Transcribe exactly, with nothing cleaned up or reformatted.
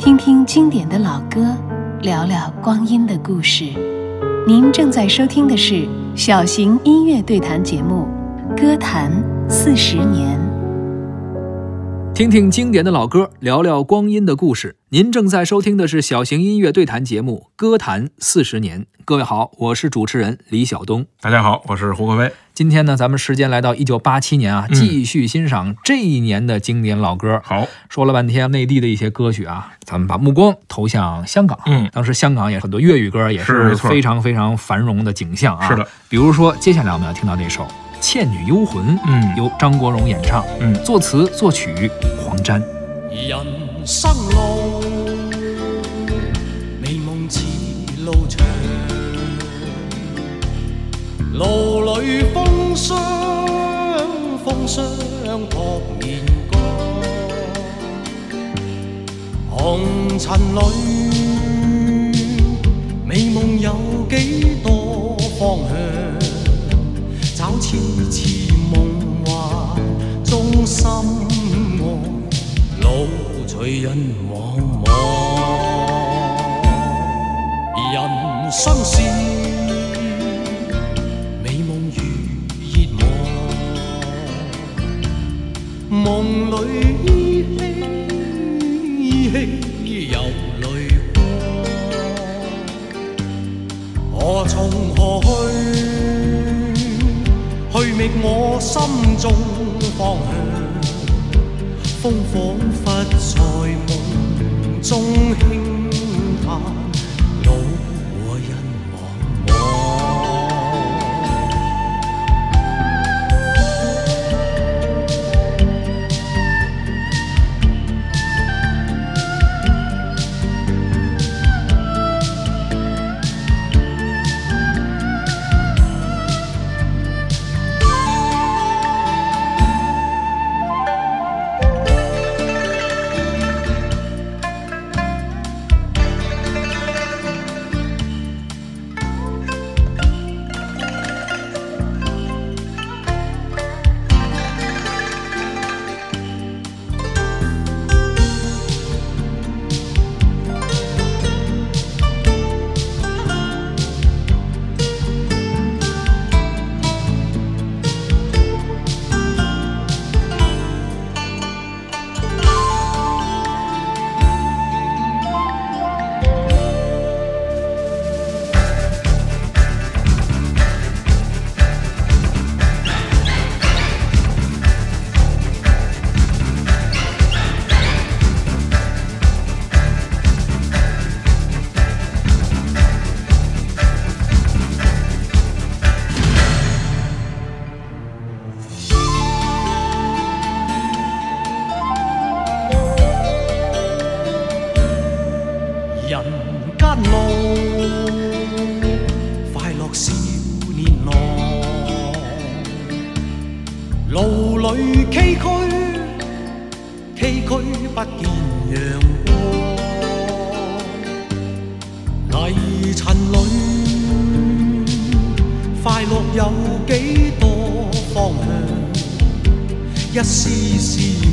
听听经典的老歌，聊聊光阴的故事。您正在收听的是小型音乐对谈节目《歌坛四十年》。 听听经典的老歌，聊聊光阴的故事。您正在收听的是小型音乐对谈节目《歌坛四十年》。各位好，我是主持人李晓东。 大家好，我是胡可飞。 今天呢，咱们时间来到一九八七年啊，继续欣赏这一年的经典老歌。 好、嗯， 说了半天内地的一些歌曲啊，咱们把目光投向香港。嗯，当时香港也很多粤语歌，也是非常非常繁荣的景象啊。 是的， 比如说接下来我们要听到这首《倩女幽魂》，嗯，由张国荣演唱，嗯，作词作曲黄沾。 人生路，美夢似路長，路裏風霜，風霜撲面光，紅塵裏，美夢有幾多方向，找次次夢幻中心愛，路隨人茫茫，人生是美夢如熱望，夢裏依稀依稀有淚光，我從何去？去覓我心中方向。風彷彿在夢中輕嘆，路和人茫茫。人間路，快樂少年郎，路裏崎嶇，崎嶇不見陽光，泥塵裏，快樂有幾多方向，一絲絲